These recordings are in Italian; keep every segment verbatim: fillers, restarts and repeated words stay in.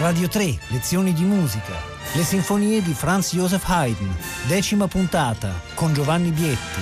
Radio tre, lezioni di musica. Le sinfonie di Franz Joseph Haydn, decima puntata, con Giovanni Bietti.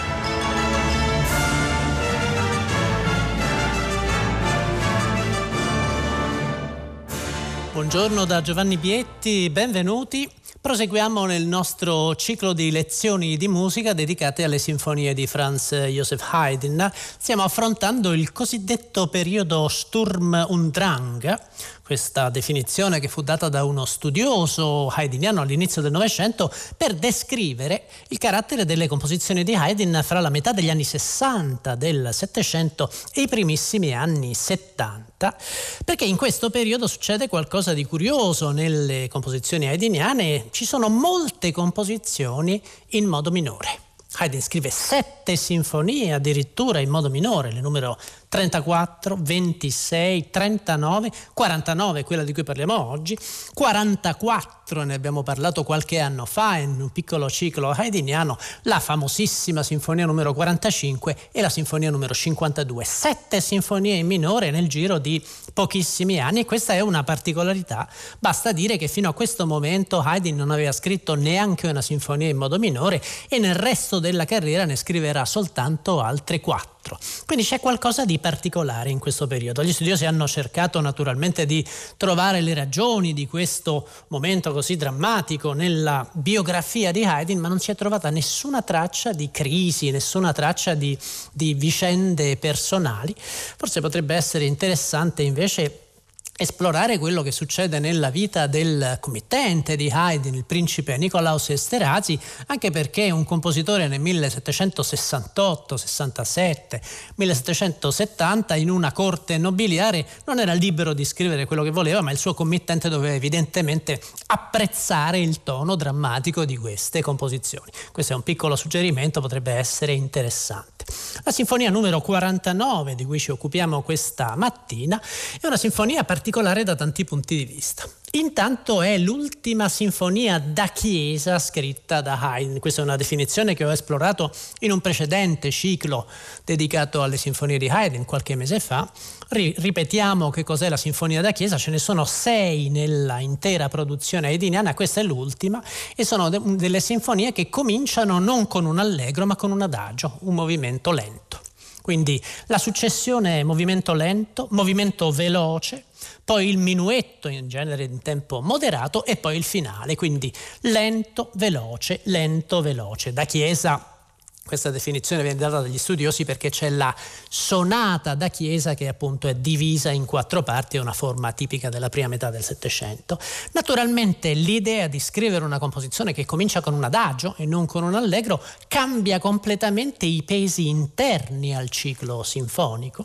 Buongiorno da Giovanni Bietti, benvenuti. Proseguiamo nel nostro ciclo di lezioni di musica dedicate alle sinfonie di Franz Joseph Haydn. Stiamo affrontando il cosiddetto periodo Sturm und Drang, questa definizione che fu data da uno studioso haydniano all'inizio del Novecento per descrivere il carattere delle composizioni di Haydn fra la metà degli anni sessanta del Settecento e i primissimi anni settanta, perché in questo periodo succede qualcosa di curioso nelle composizioni haydniane. Ci sono molte composizioni in modo minore. Haydn scrive sette sinfonie addirittura in modo minore, le numero trentaquattro, ventisei, trentanove, quarantanove, quella di cui parliamo oggi, quarantaquattro, ne abbiamo parlato qualche anno fa in un piccolo ciclo haydniano, la famosissima sinfonia numero quarantacinque e la sinfonia numero cinquantadue. Sette sinfonie in minore nel giro di pochissimi anni, e questa è una particolarità. Basta dire che fino a questo momento Haydn non aveva scritto neanche una sinfonia in modo minore e nel resto della carriera ne scriverà soltanto altre quattro. Quindi c'è qualcosa di particolare in questo periodo. Gli studiosi hanno cercato naturalmente di trovare le ragioni di questo momento così drammatico nella biografia di Haydn, ma non si è trovata nessuna traccia di crisi, nessuna traccia di, di vicende personali. Forse potrebbe essere interessante invece esplorare quello che succede nella vita del committente di Haydn, il principe Nicolaus Esterhazy, anche perché un compositore nel millesettecentosessantotto sessantasette, millesettecentosettanta in una corte nobiliare non era libero di scrivere quello che voleva, ma il suo committente doveva evidentemente apprezzare il tono drammatico di queste composizioni. Questo è un piccolo suggerimento, potrebbe essere interessante. La sinfonia numero quarantanove, di cui ci occupiamo questa mattina, è una sinfonia particolare da tanti punti di vista. Intanto è l'ultima sinfonia da chiesa scritta da Haydn. Questa è una definizione che ho esplorato in un precedente ciclo dedicato alle sinfonie di Haydn qualche mese fa. Ri- ripetiamo che cos'è la sinfonia da chiesa. Ce ne sono sei nella intera produzione haydniana, questa è l'ultima, e sono de- delle sinfonie che cominciano non con un allegro ma con un adagio, un movimento lento. Quindi la successione è movimento lento, movimento veloce, poi il minuetto in genere in tempo moderato e poi il finale, quindi lento, veloce, lento, veloce. Da chiesa questa definizione viene data dagli studiosi perché c'è la sonata da chiesa che appunto è divisa in quattro parti, è una forma tipica della prima metà del Settecento. Naturalmente l'idea di scrivere una composizione che comincia con un adagio e non con un allegro cambia completamente i pesi interni al ciclo sinfonico.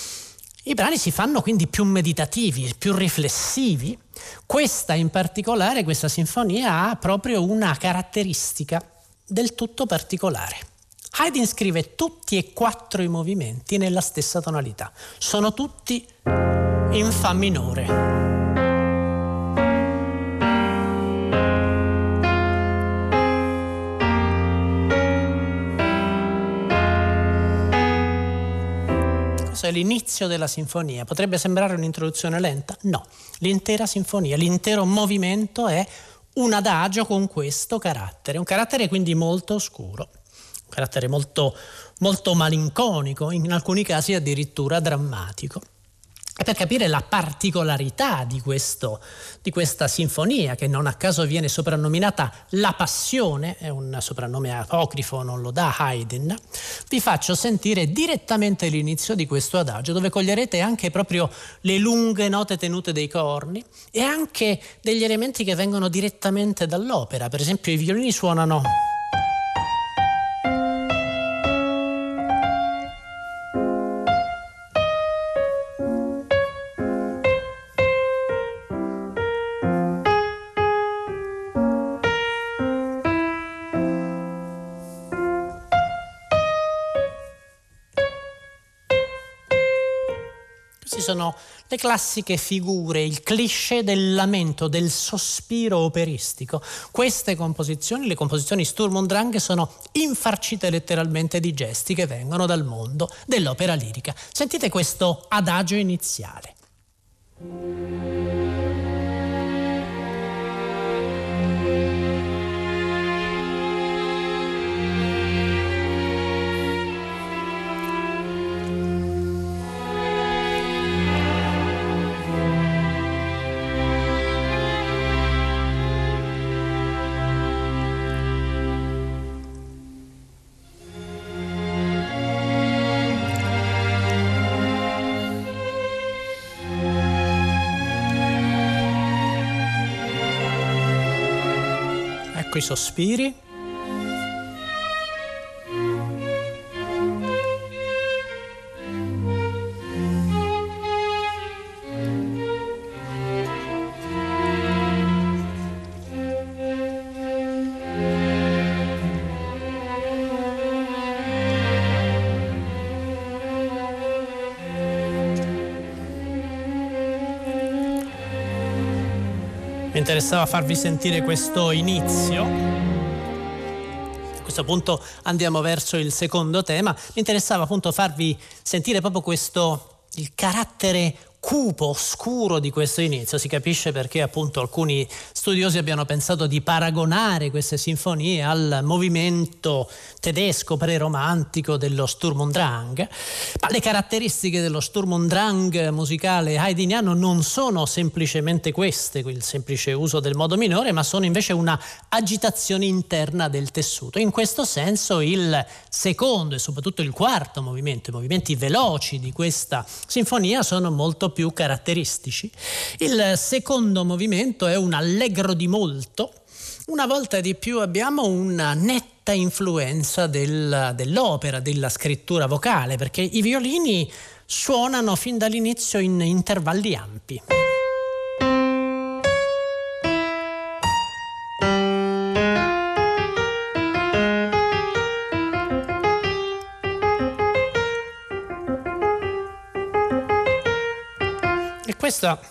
I brani si fanno quindi più meditativi, più riflessivi. Questa in particolare, questa sinfonia ha proprio una caratteristica del tutto particolare. Haydn scrive tutti e quattro i movimenti nella stessa tonalità. Sono tutti in fa minore. Questo è l'inizio della sinfonia. Potrebbe sembrare un'introduzione lenta? No. L'intera sinfonia, l'intero movimento è un adagio con questo carattere. Un carattere quindi molto oscuro. Un carattere molto, molto malinconico, in alcuni casi addirittura drammatico. E per capire la particolarità di, questo, di questa sinfonia, che non a caso viene soprannominata La Passione, è un soprannome apocrifo, non lo dà Haydn, vi faccio sentire direttamente l'inizio di questo adagio, dove coglierete anche proprio le lunghe note tenute dei corni e anche degli elementi che vengono direttamente dall'opera. Per esempio i violini suonano... Sono le classiche figure, il cliché del lamento, del sospiro operistico. Queste composizioni, le composizioni Sturm und Drang, sono infarcite letteralmente di gesti che vengono dal mondo dell'opera lirica. Sentite questo adagio iniziale. Ecco i sospiri. Mi interessava farvi sentire questo inizio. A questo punto andiamo verso il secondo tema. Mi interessava appunto farvi sentire proprio questo, il carattere cupo, oscuro di questo inizio. Si capisce perché appunto alcuni studiosi abbiano pensato di paragonare queste sinfonie al movimento tedesco preromantico dello Sturm und Drang. Ma le caratteristiche dello Sturm und Drang musicale haydniano non sono semplicemente queste, il semplice uso del modo minore, ma sono invece una agitazione interna del tessuto. In questo senso il secondo e soprattutto il quarto movimento, i movimenti veloci di questa sinfonia, sono molto più caratteristici. Il secondo movimento è un allegro di molto. Una volta di più abbiamo una netta influenza del, dell'opera, della scrittura vocale, perché i violini suonano fin dall'inizio in intervalli ampi. E questa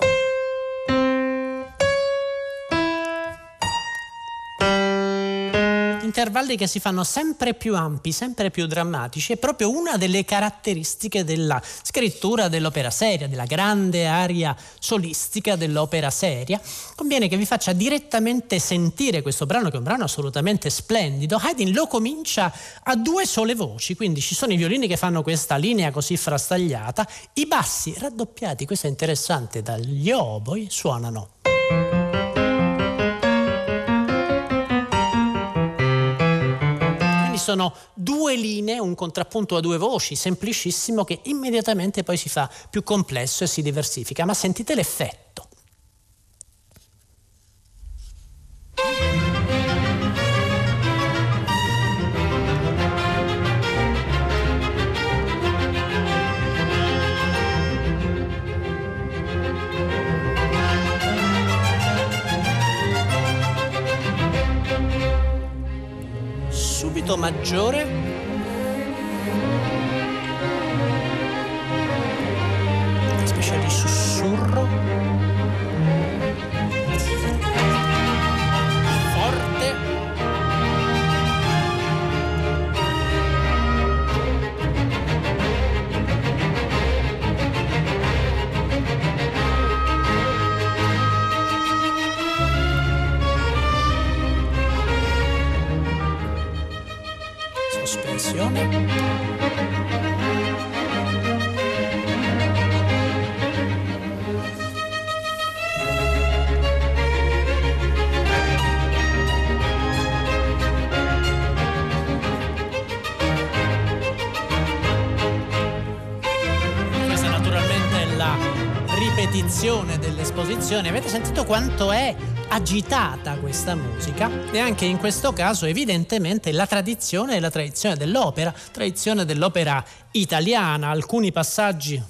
intervalli che si fanno sempre più ampi, sempre più drammatici, è proprio una delle caratteristiche della scrittura dell'opera seria, della grande aria solistica dell'opera seria. Conviene che vi faccia direttamente sentire questo brano, che è un brano assolutamente splendido. Haydn lo comincia a due sole voci, quindi ci sono i violini che fanno questa linea così frastagliata, i bassi raddoppiati, questo è interessante, dagli oboi suonano. Sono due linee, un contrappunto a due voci, semplicissimo, che immediatamente poi si fa più complesso e si diversifica. Ma sentite l'effetto. Subito maggiore, una specie di sussurro, forte, sospensione. Questa naturalmente è la ripetizione dell'esposizione. Avete sentito quanto è agitata questa musica? E anche in questo caso evidentemente la tradizione è la tradizione dell'opera, tradizione dell'opera italiana. Alcuni passaggi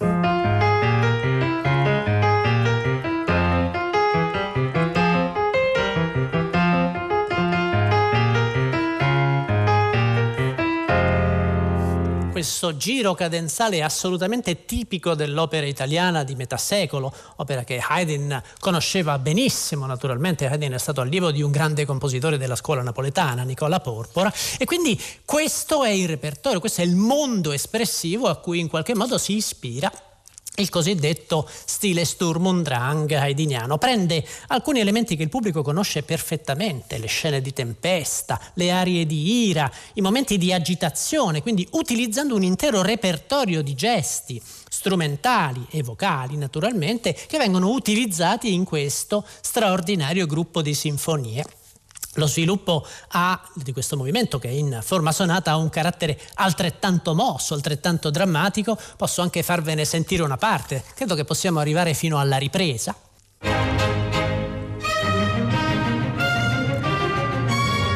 questo giro cadenzale è assolutamente tipico dell'opera italiana di metà secolo, opera che Haydn conosceva benissimo. Naturalmente Haydn è stato allievo di un grande compositore della scuola napoletana, Nicola Porpora, e quindi questo è il repertorio, questo è il mondo espressivo a cui in qualche modo si ispira il cosiddetto stile Sturm und Drang haydniano. Prende alcuni elementi che il pubblico conosce perfettamente, le scene di tempesta, le arie di ira, i momenti di agitazione, quindi utilizzando un intero repertorio di gesti strumentali e vocali, naturalmente, che vengono utilizzati in questo straordinario gruppo di sinfonie. Lo sviluppo ha, di questo movimento, che è in forma sonata, ha un carattere altrettanto mosso, altrettanto drammatico. Posso anche farvene sentire una parte. Credo che possiamo arrivare fino alla ripresa.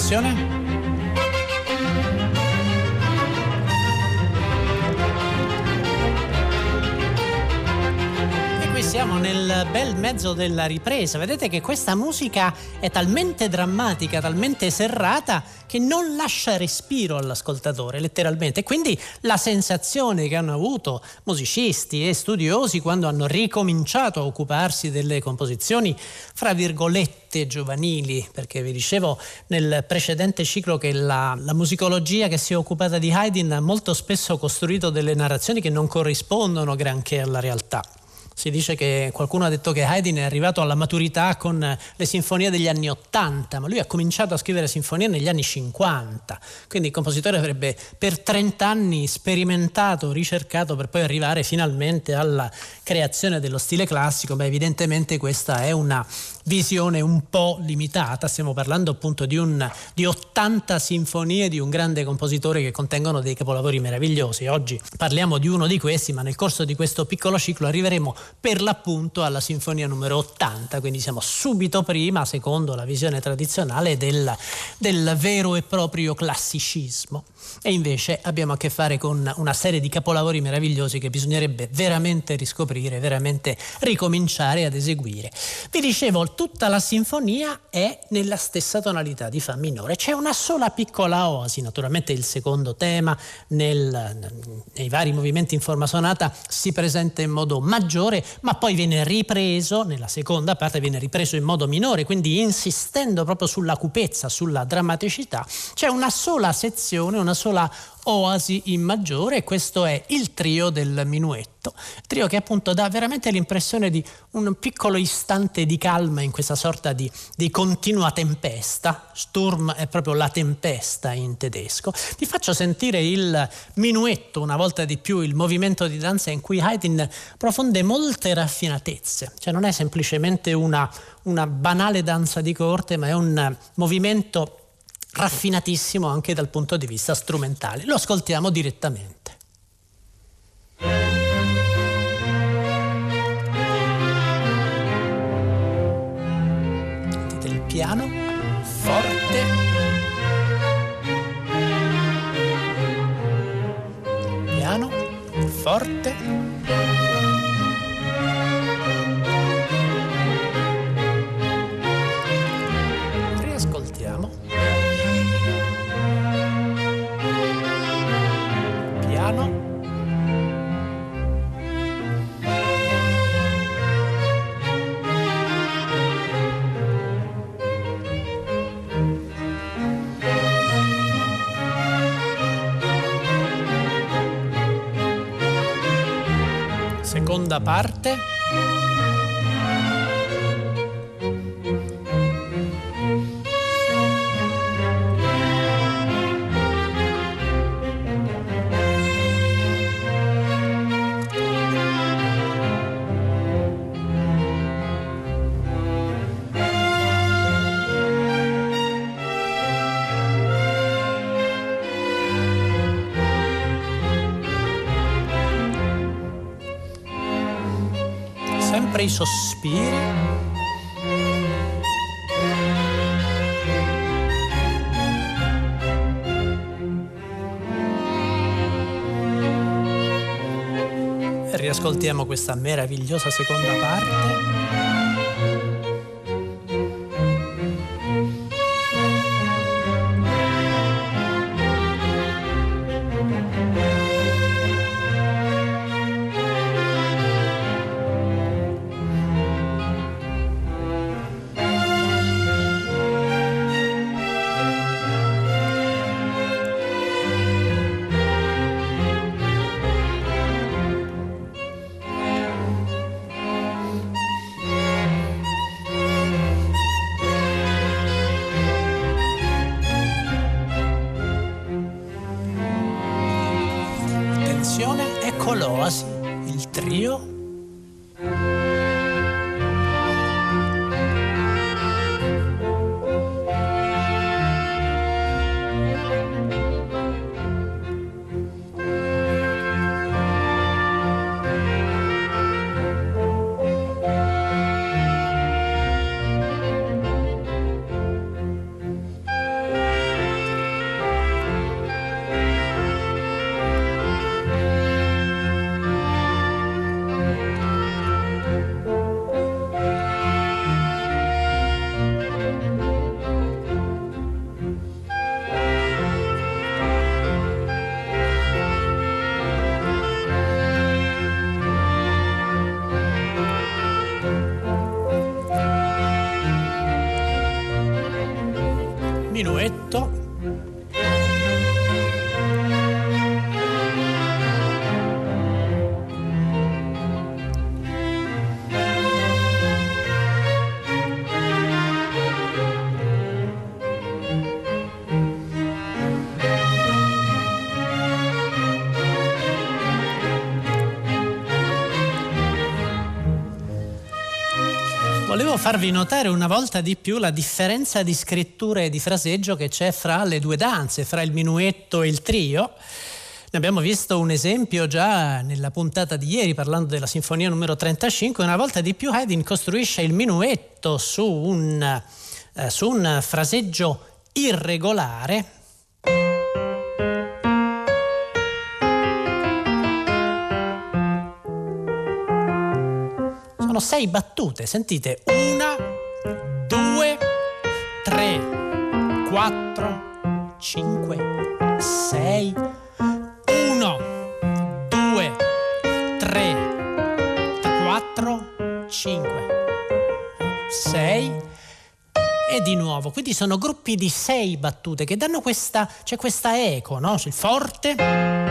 Attenzione. Siamo nel bel mezzo della ripresa. Vedete che questa musica è talmente drammatica, talmente serrata, che non lascia respiro all'ascoltatore, letteralmente. Quindi la sensazione che hanno avuto musicisti e studiosi quando hanno ricominciato a occuparsi delle composizioni, fra virgolette, giovanili, perché vi dicevo nel precedente ciclo che la, la musicologia che si è occupata di Haydn ha molto spesso costruito delle narrazioni che non corrispondono granché alla realtà. Si dice che qualcuno ha detto che Haydn è arrivato alla maturità con le sinfonie degli anni ottanta, ma lui ha cominciato a scrivere sinfonie negli anni cinquanta, quindi il compositore avrebbe per trenta anni sperimentato, ricercato per poi arrivare finalmente alla creazione dello stile classico. Beh, evidentemente questa è una visione un po' limitata, stiamo parlando appunto di, un, di ottanta sinfonie di un grande compositore che contengono dei capolavori meravigliosi. Oggi parliamo di uno di questi, ma nel corso di questo piccolo ciclo arriveremo per l'appunto alla sinfonia numero ottanta, quindi siamo subito prima, secondo la visione tradizionale, del, del vero e proprio classicismo. E invece abbiamo a che fare con una serie di capolavori meravigliosi che bisognerebbe veramente riscoprire, veramente ricominciare ad eseguire. Vi dicevo, tutta la sinfonia è nella stessa tonalità di fa minore, c'è una sola piccola oasi, naturalmente il secondo tema nel, nei vari movimenti in forma sonata si presenta in modo maggiore, ma poi viene ripreso nella seconda parte, viene ripreso in modo minore, quindi insistendo proprio sulla cupezza, sulla drammaticità. C'è una sola sezione, una sola oasi in maggiore, e questo è il trio del minuetto, trio che appunto dà veramente l'impressione di un piccolo istante di calma in questa sorta di, di continua tempesta. Sturm è proprio la tempesta in tedesco. Vi faccio sentire il minuetto una volta di più, il movimento di danza in cui Haydn profonde molte raffinatezze, cioè non è semplicemente una, una banale danza di corte, ma è un movimento raffinatissimo anche dal punto di vista strumentale. Lo ascoltiamo direttamente. Sentite il piano forte, piano forte, seconda parte. Sempre i sospiri. E riascoltiamo questa meravigliosa seconda parte. Ecco l'oasi, il trio. minuetto. Volevo farvi notare una volta di più la differenza di scrittura e di fraseggio che c'è fra le due danze, fra il minuetto e il trio. Ne abbiamo visto un esempio già nella puntata di ieri parlando della sinfonia numero trentacinque. Una volta di più Haydn costruisce il minuetto su un, eh, su un fraseggio irregolare. Sono sei battute, sentite, una, due, tre, quattro, cinque, sei, uno, due, tre, quattro, cinque, sei e di nuovo. Quindi sono gruppi di sei battute che danno questa, c'è questa eco, no? Il forte.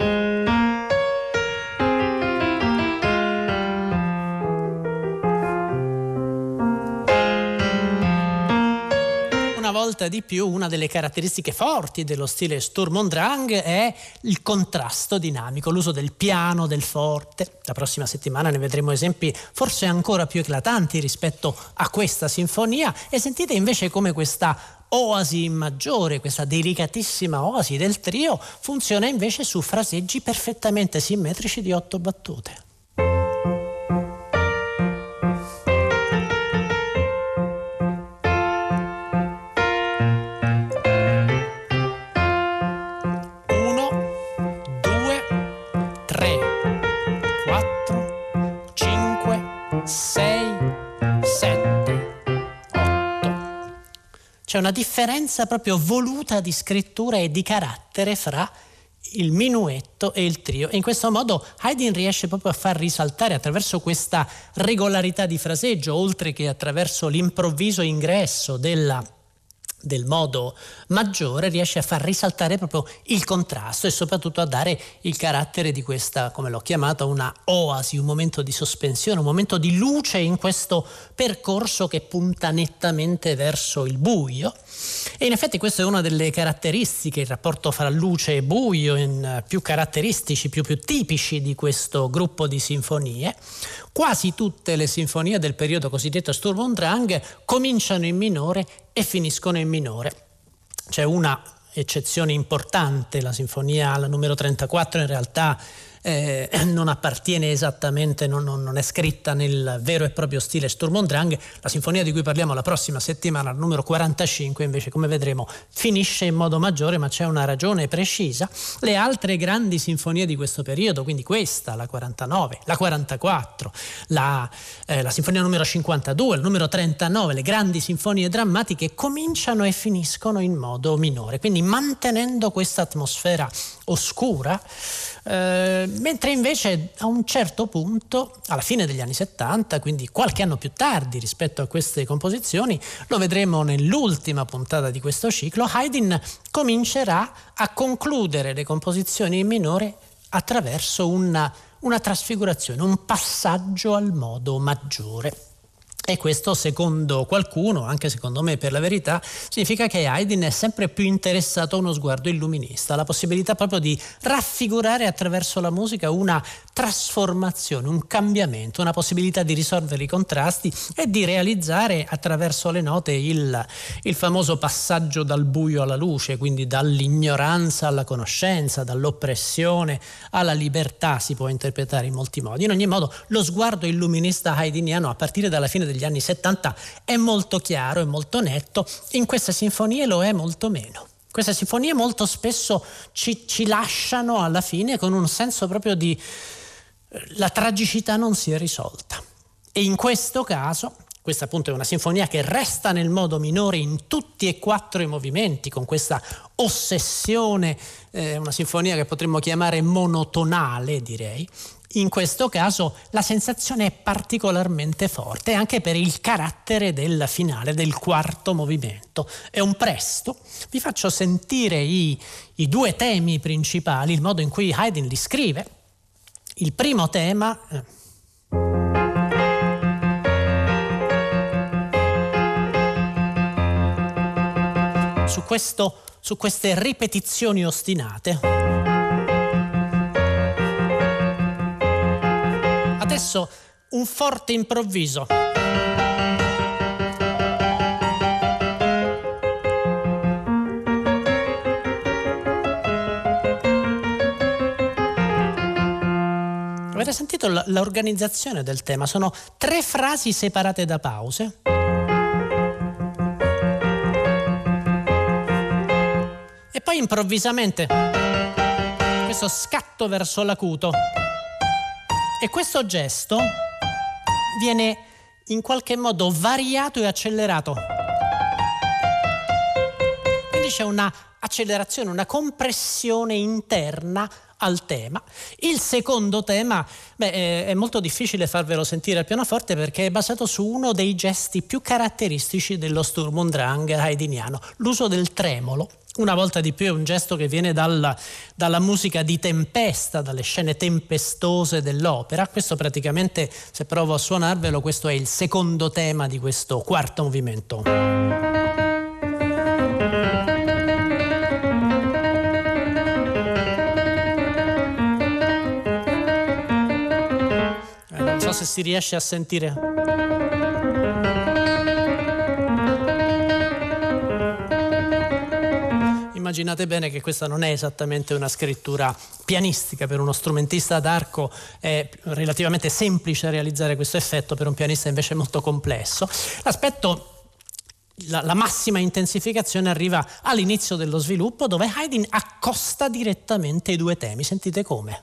Volta di più una delle caratteristiche forti dello stile Sturm und Drang è il contrasto dinamico, l'uso del piano, del forte. La prossima settimana ne vedremo esempi forse ancora più eclatanti rispetto a questa sinfonia, e sentite invece come questa oasi in maggiore, questa delicatissima oasi del trio funziona invece su fraseggi perfettamente simmetrici di otto battute. C'è una differenza proprio voluta di scrittura e di carattere fra il minuetto e il trio, e in questo modo Haydn riesce proprio a far risaltare attraverso questa regolarità di fraseggio, oltre che attraverso l'improvviso ingresso della del modo maggiore, riesce a far risaltare proprio il contrasto e soprattutto a dare il carattere di questa, come l'ho chiamata, una oasi, un momento di sospensione, un momento di luce in questo percorso che punta nettamente verso il buio. E in effetti questa è una delle caratteristiche, il rapporto fra luce e buio, in più caratteristici, più più tipici di questo gruppo di sinfonie. Quasi tutte le sinfonie del periodo cosiddetto Sturm und Drang cominciano in minore e finiscono in minore. C'è una eccezione importante, la sinfonia la numero trentaquattro in realtà eh, non appartiene esattamente, non, non, non è scritta nel vero e proprio stile Sturm und Drang. La sinfonia di cui parliamo la prossima settimana, la numero quarantacinque, invece, come vedremo, finisce in modo maggiore, ma c'è una ragione precisa. Le altre grandi sinfonie di questo periodo, quindi questa, la quarantanove, la quarantaquattro, la, eh, la sinfonia numero cinquantadue, il numero trentanove, le grandi sinfonie drammatiche cominciano e finiscono in modo minore, quindi mantenendo questa atmosfera oscura. Eh, mentre invece a un certo punto, alla fine degli anni settanta, quindi qualche anno più tardi rispetto a queste composizioni, lo vedremo nell'ultima puntata di questo ciclo, Haydn comincerà a concludere le composizioni in minore attraverso una, una trasfigurazione, un passaggio al modo maggiore. E questo, secondo qualcuno, anche secondo me per la verità, significa che Haydn è sempre più interessato a uno sguardo illuminista, la possibilità proprio di raffigurare attraverso la musica una trasformazione, un cambiamento, una possibilità di risolvere i contrasti e di realizzare attraverso le note il, il famoso passaggio dal buio alla luce, quindi dall'ignoranza alla conoscenza, dall'oppressione alla libertà, si può interpretare in molti modi. In ogni modo, lo sguardo illuminista haydniano a partire dalla fine degli anni settanta è molto chiaro, è molto netto. In queste sinfonie lo è molto meno. Queste sinfonie molto spesso ci, ci lasciano alla fine con un senso proprio di la tragicità non si è risolta. E in questo caso, questa appunto è una sinfonia che resta nel modo minore in tutti e quattro i movimenti, con questa ossessione, eh, una sinfonia che potremmo chiamare monotonale, direi. In questo caso la sensazione è particolarmente forte anche per il carattere del finale, del quarto movimento. È un presto. Vi faccio sentire i, i due temi principali, il modo in cui Haydn li scrive. Il primo tema... Eh, su, questo, su queste ripetizioni ostinate. Adesso un forte improvviso. Avete sentito l'organizzazione del tema? Sono tre frasi separate da pause. E poi improvvisamente questo scatto verso l'acuto. E questo gesto viene in qualche modo variato e accelerato. Quindi c'è una accelerazione, una compressione interna al tema. Il secondo tema, beh, è molto difficile farvelo sentire al pianoforte perché è basato su uno dei gesti più caratteristici dello Sturm und Drang haydniano, l'uso del tremolo. Una volta di più è un gesto che viene dalla, dalla musica di tempesta, dalle scene tempestose dell'opera. Questo praticamente, se provo a suonarvelo, questo è il secondo tema di questo quarto movimento. Eh, non so se si riesce a sentire. Immaginate bene che questa non è esattamente una scrittura pianistica. Per uno strumentista d'arco è relativamente semplice realizzare questo effetto, per un pianista invece è molto complesso. L'aspetto, la, la massima intensificazione arriva all'inizio dello sviluppo, dove Haydn accosta direttamente i due temi. Sentite come.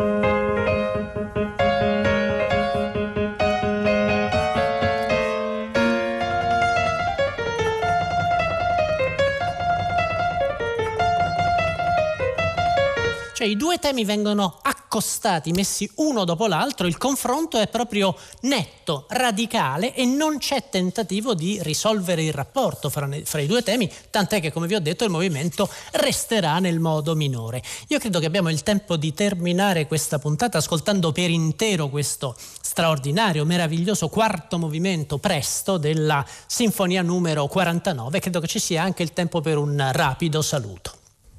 Cioè i due temi vengono accostati, messi uno dopo l'altro, il confronto è proprio netto, radicale e non c'è tentativo di risolvere il rapporto fra, ne, fra i due temi, tant'è che, come vi ho detto, il movimento resterà nel modo minore. Io credo che abbiamo il tempo di terminare questa puntata ascoltando per intero questo straordinario, meraviglioso quarto movimento presto della Sinfonia numero quarantanove. Credo che ci sia anche il tempo per un rapido saluto.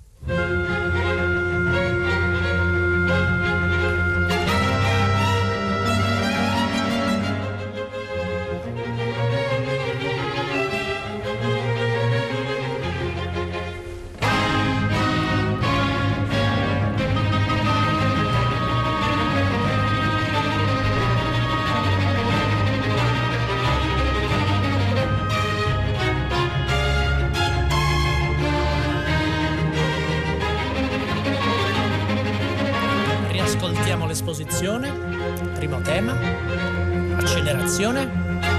L'esposizione, primo tema, accelerazione.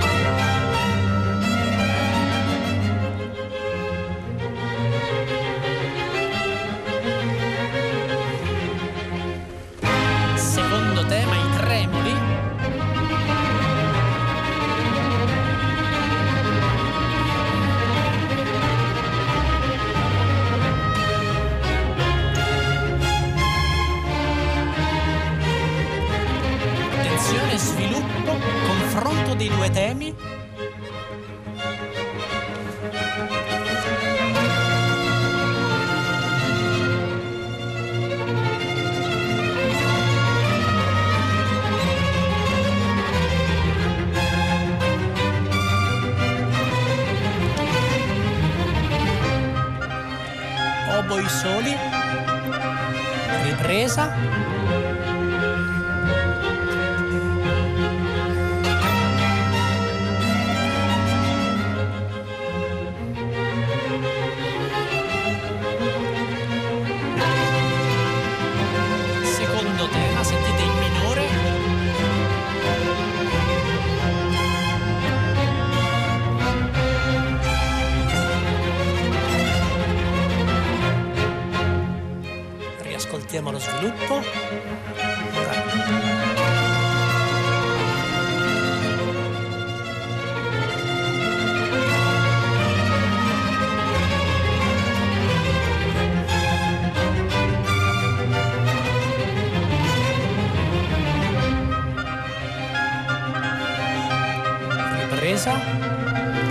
Secondo tema, i tremoli. Sviluppo, confronto dei due temi. Oboi soli. Ripresa. Ascoltiamo lo sviluppo. Ora ripresa.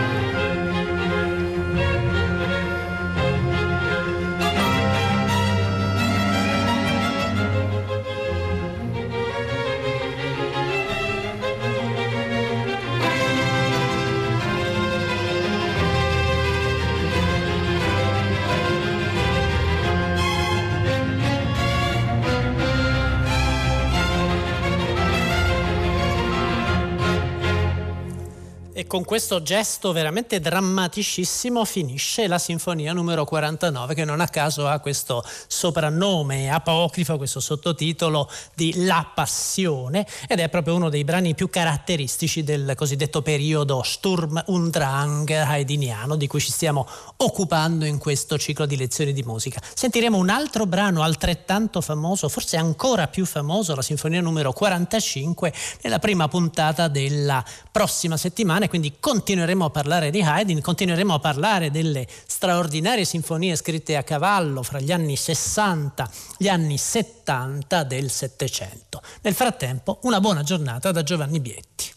E con questo gesto veramente drammaticissimo finisce la sinfonia numero quarantanove, che non a caso ha questo soprannome apocrifo, questo sottotitolo di La Passione, ed è proprio uno dei brani più caratteristici del cosiddetto periodo Sturm und Drang haydniano di cui ci stiamo occupando in questo ciclo di lezioni di musica. Sentiremo un altro brano altrettanto famoso, forse ancora più famoso, la sinfonia numero quarantacinque, nella prima puntata della prossima settimana. Quindi continueremo a parlare di Haydn, continueremo a parlare delle straordinarie sinfonie scritte a cavallo fra gli anni sessanta e gli anni settanta del Settecento. Nel frattempo, una buona giornata da Giovanni Bietti.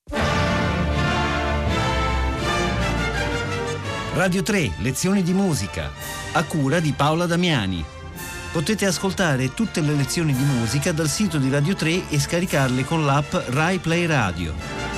Radio tre, lezioni di musica, a cura di Paola Damiani. Potete ascoltare tutte le lezioni di musica dal sito di Radio tre e scaricarle con l'app Rai Play Radio.